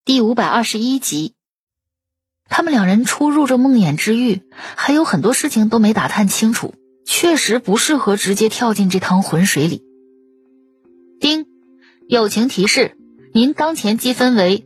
第521集。他们两人初入这梦魇之域，还有很多事情都没打探清楚，确实不适合直接跳进这趟浑水里。丁，友情提示，您当前积分为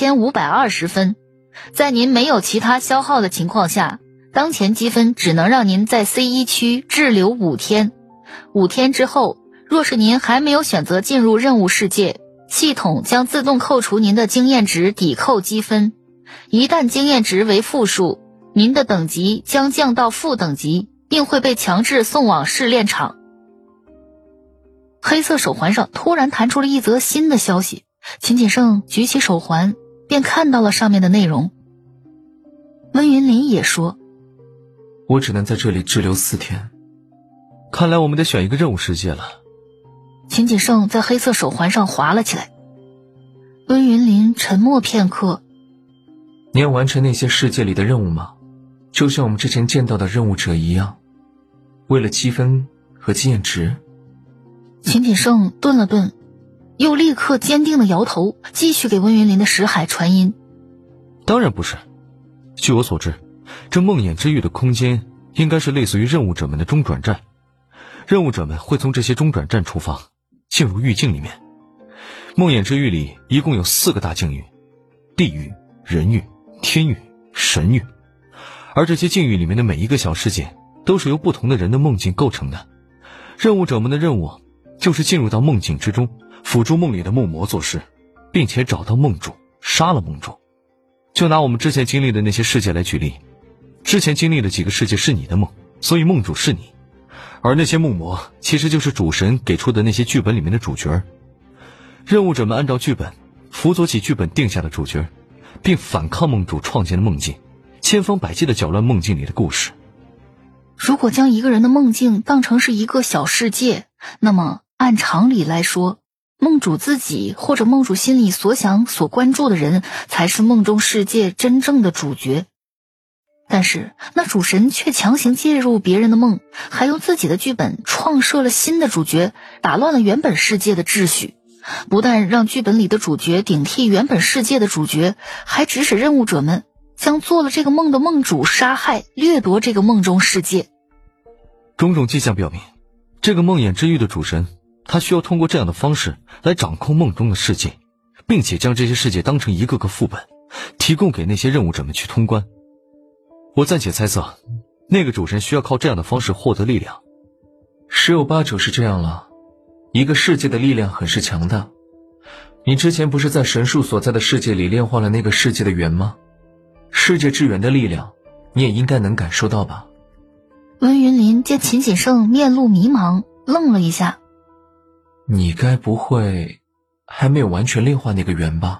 2520分，在您没有其他消耗的情况下，当前积分只能让您在 C1 区滞留5天。5天之后，若是您还没有选择进入任务世界，系统将自动扣除您的经验值抵扣积分。一旦经验值为负数，您的等级将降到负等级，并会被强制送往试炼场。黑色手环上突然弹出了一则新的消息，秦锦胜举起手环，便看到了上面的内容。温云林也说， 我只能在这里滞留4天，看来我们得选一个任务世界了。 秦锦胜在黑色手环上划了起来。温云林沉默片刻， 你要完成那些世界里的任务吗？就像我们之前见到的任务者一样，为了积分和经验值。 秦锦胜顿了顿，又立刻坚定地摇头，继续给温云林的识海传音。 当然不是，据我所知，这梦魇之域的空间应该是类似于任务者们的中转站，任务者们会从这些中转站出发，进入域境里面。梦魇之域里一共有4个大境域：地狱、人域、天域、神域。而这些境域里面的每一个小世界都是由不同的人的梦境构成的。任务者们的任务就是进入到梦境之中，辅助梦里的梦魔做事，并且找到梦主，杀了梦主。就拿我们之前经历的那些世界来举例，之前经历的几个世界是你的梦，所以梦主是你，而那些梦魔其实就是主神给出的那些剧本里面的主角。任务者们按照剧本辅佐起剧本定下的主角，并反抗梦主创建的梦境，千方百计地搅乱梦境里的故事。 如果将一个人的梦境当成是一个小世界，那么按常理来说，梦主自己或者梦主心里所想所关注的人才是梦中世界真正的主角。但是那主神却强行介入别人的梦，还用自己的剧本创设了新的主角，打乱了原本世界的秩序。不但让剧本里的主角顶替原本世界的主角，还指使任务者们将做了这个梦的梦主杀害，掠夺这个梦中世界。 种种迹象表明，这个梦魇之域的主神，他需要通过这样的方式来掌控梦中的世界，并且将这些世界当成一个个副本，提供给那些任务者们去通关。我暂且猜测，那个主神需要靠这样的方式获得力量。十有八九是这样了。一个世界的力量很是强大，你之前不是在神树所在的世界里炼化了那个世界的源吗？世界之源的力量你也应该能感受到吧。 温云林见秦锦胜面露迷茫，愣了一下。 你该不会还没有完全炼化那个源吧？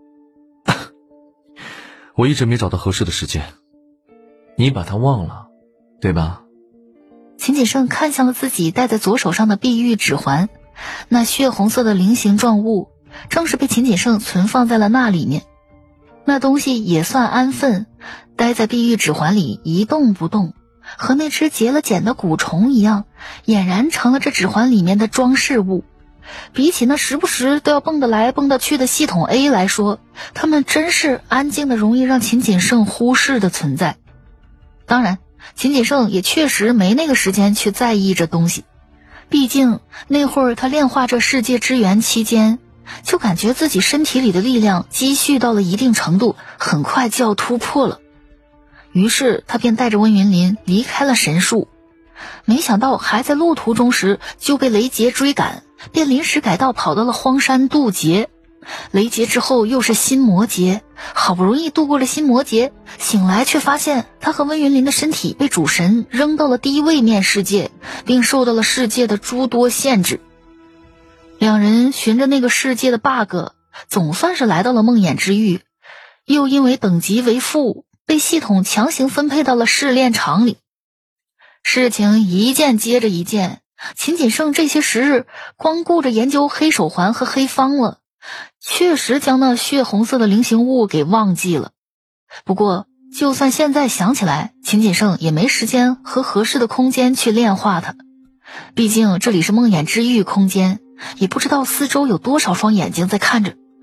我一直没找到合适的时间。你把它忘了，对吧？ 秦锦胜看向了自己戴在左手上的碧玉指环，那血红色的菱形状物正是被秦锦胜存放在了那里面。那东西也算安分，待在碧玉指环里一动不动，和那只结了茧的蛊虫一样，俨然成了这指环里面的装饰物。比起那时不时都要蹦得来蹦得去的系统 A 来说，它们真是安静的容易让秦锦胜忽视的存在。当然秦锦胜也确实没那个时间去在意这东西，毕竟那会儿他炼化这世界之源期间，就感觉自己身体里的力量积蓄到了一定程度，很快就要突破了。于是他便带着温云林离开了神树，没想到还在路途中时就被雷劫追赶，便临时改道跑到了荒山渡劫。雷劫之后又是新魔劫，好不容易度过了新魔劫，醒来却发现他和温云林的身体被主神扔到了低位面世界，并受到了世界的诸多限制。两人循着那个世界的 bug， 总算是来到了梦魇之域，又因为等级为负，被系统强行分配到了试炼场里。事情一件接着一件，秦锦胜这些时日光顾着研究黑手环和黑方了，确实将那血红色的菱形物给忘记了。不过就算现在想起来，秦锦胜也没时间和合适的空间去炼化它。毕竟这里是梦魇之域空间，也不知道四周有多少双眼睛在看着，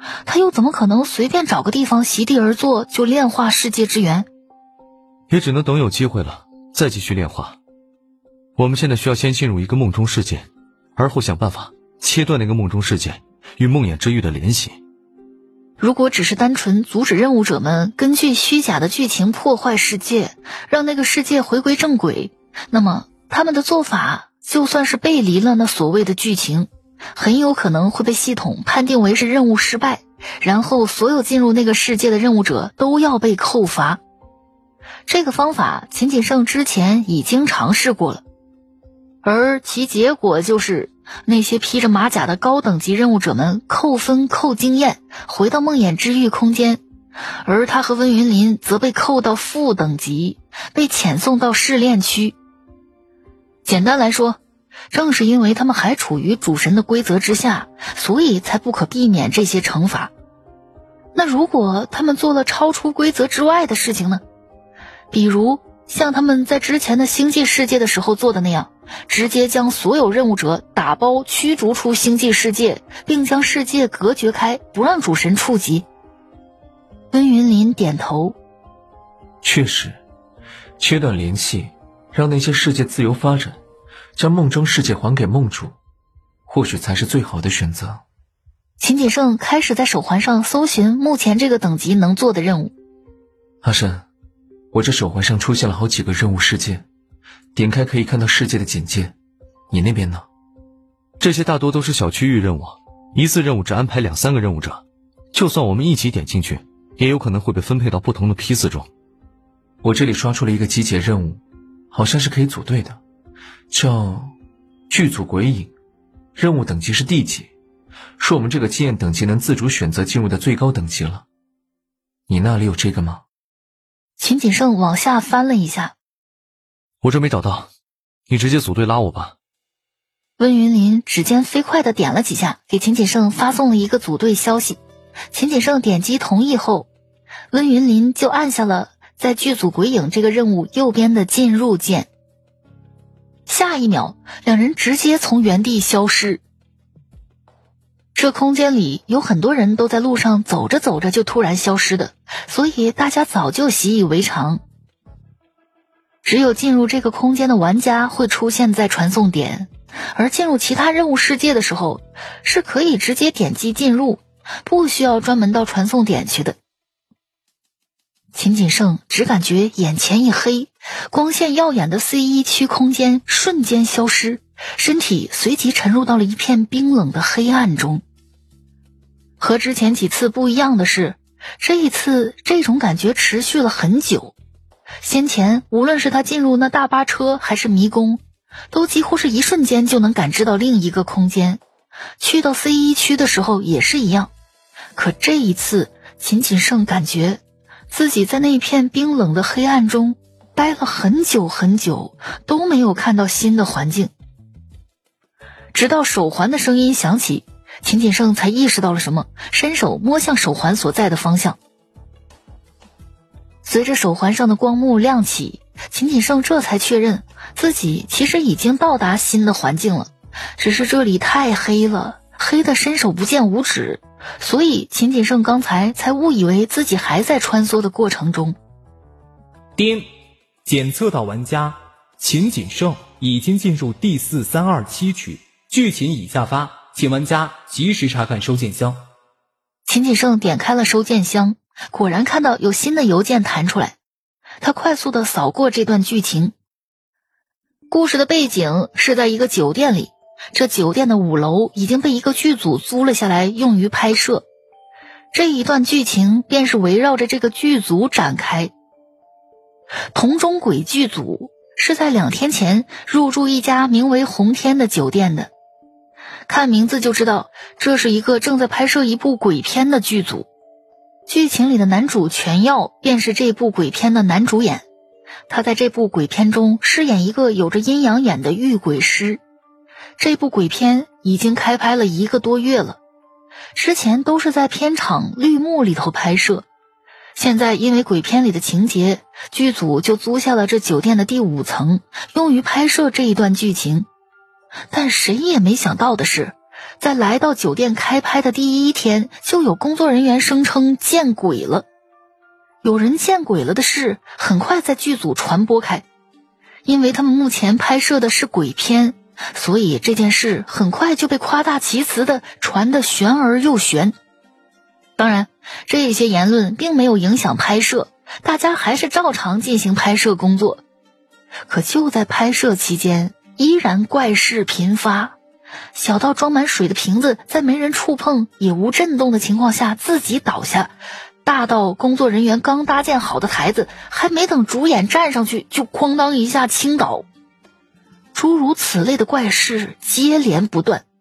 他又怎么可能随便找个地方席地而坐就炼化世界之源？ 也只能等有机会了再继续炼化。我们现在需要先进入一个梦中世界，而后想办法切断那个梦中世界与梦魇之域的联系。 如果只是单纯阻止任务者们根据虚假的剧情破坏世界，让那个世界回归正轨，那么他们的做法就算是背离了那所谓的剧情，很有可能会被系统判定为是任务失败，然后所有进入那个世界的任务者都要被扣罚。这个方法秦锦胜之前已经尝试过了，而其结果就是那些披着马甲的高等级任务者们扣分扣经验，回到梦魇之域空间，而他和温云林则被扣到负等级，被遣送到试炼区。简单来说，正是因为他们还处于主神的规则之下，所以才不可避免这些惩罚。那如果他们做了超出规则之外的事情呢？比如像他们在之前的星际世界的时候做的那样，直接将所有任务者打包驱逐出星际世界，并将世界隔绝开，不让主神触及。温云林点头， 确实，切断联系，让那些世界自由发展，将梦中世界还给梦主，或许才是最好的选择。 秦锦胜开始在手环上搜寻目前这个等级能做的任务。 阿深，我这手环上出现了好几个任务世界，点开可以看到世界的简介，你那边呢？ 这些大多都是小区域任务，一次任务只安排2-3个任务者，就算我们一起点进去，也有可能会被分配到不同的批次中。 我这里刷出了一个集结任务，好像是可以组队的，叫剧组鬼影，任务等级是D级，是我们这个经验等级能自主选择进入的最高等级了。你那里有这个吗？ 秦锦胜往下翻了一下， 我这没找到，你直接组队拉我吧。 温云林指尖飞快地点了几下，给秦锦胜发送了一个组队消息。秦锦胜点击同意后，温云林就按下了在剧组鬼影这个任务右边的进入键。下一秒，两人直接从原地消失。这空间里有很多人都在路上走着走着就突然消失的，所以大家早就习以为常。只有进入这个空间的玩家会出现在传送点，而进入其他任务世界的时候是可以直接点击进入，不需要专门到传送点去的。秦锦胜只感觉眼前一黑，光线耀眼的 C1 区空间瞬间消失，身体随即沉入到了一片冰冷的黑暗中。和之前几次不一样的是，这一次这种感觉持续了很久。先前无论是他进入那大巴车还是迷宫，都几乎是一瞬间就能感知到另一个空间。去到 C1 区的时候也是一样。可这一次，秦锦胜感觉自己在那片冰冷的黑暗中待了很久很久，都没有看到新的环境。直到手环的声音响起，秦锦胜才意识到了什么，伸手摸向手环所在的方向。随着手环上的光幕亮起，秦锦胜这才确认自己其实已经到达新的环境了，只是这里太黑了，黑得伸手不见五指，所以秦锦胜刚才误以为自己还在穿梭的过程中。 叮，检测到玩家秦锦胜已经进入第4327区，剧情已下发，请玩家及时查看收件箱。 秦锦胜点开了收件箱，果然看到有新的邮件弹出来。他快速地扫过这段剧情。故事的背景是在一个酒店里，这酒店的5楼已经被一个剧组租了下来用于拍摄。这一段剧情便是围绕着这个剧组展开。同中鬼剧组是在2天前入住一家名为红天的酒店的。看名字就知道，这是一个正在拍摄一部鬼片的剧组。剧情里的男主全耀便是这部鬼片的男主演，他在这部鬼片中饰演一个有着阴阳眼的御鬼师。这部鬼片已经开拍了1个多月了，之前都是在片场绿幕里头拍摄，现在因为鬼片里的情节，剧组就租下了这酒店的第5层，用于拍摄这一段剧情。但谁也没想到的是， 在来到酒店开拍的第1天，就有工作人员声称见鬼了。有人见鬼了的事很快在剧组传播开，因为他们目前拍摄的是鬼片，所以这件事很快就被夸大其词的传得玄而又玄。当然，这些言论并没有影响拍摄，大家还是照常进行拍摄工作。可就在拍摄期间，依然怪事频发，小到装满水的瓶子在没人触碰也无震动的情况下自己倒下，大到工作人员刚搭建好的台子还没等主演站上去就哐当一下倾倒。诸如此类的怪事接连不断，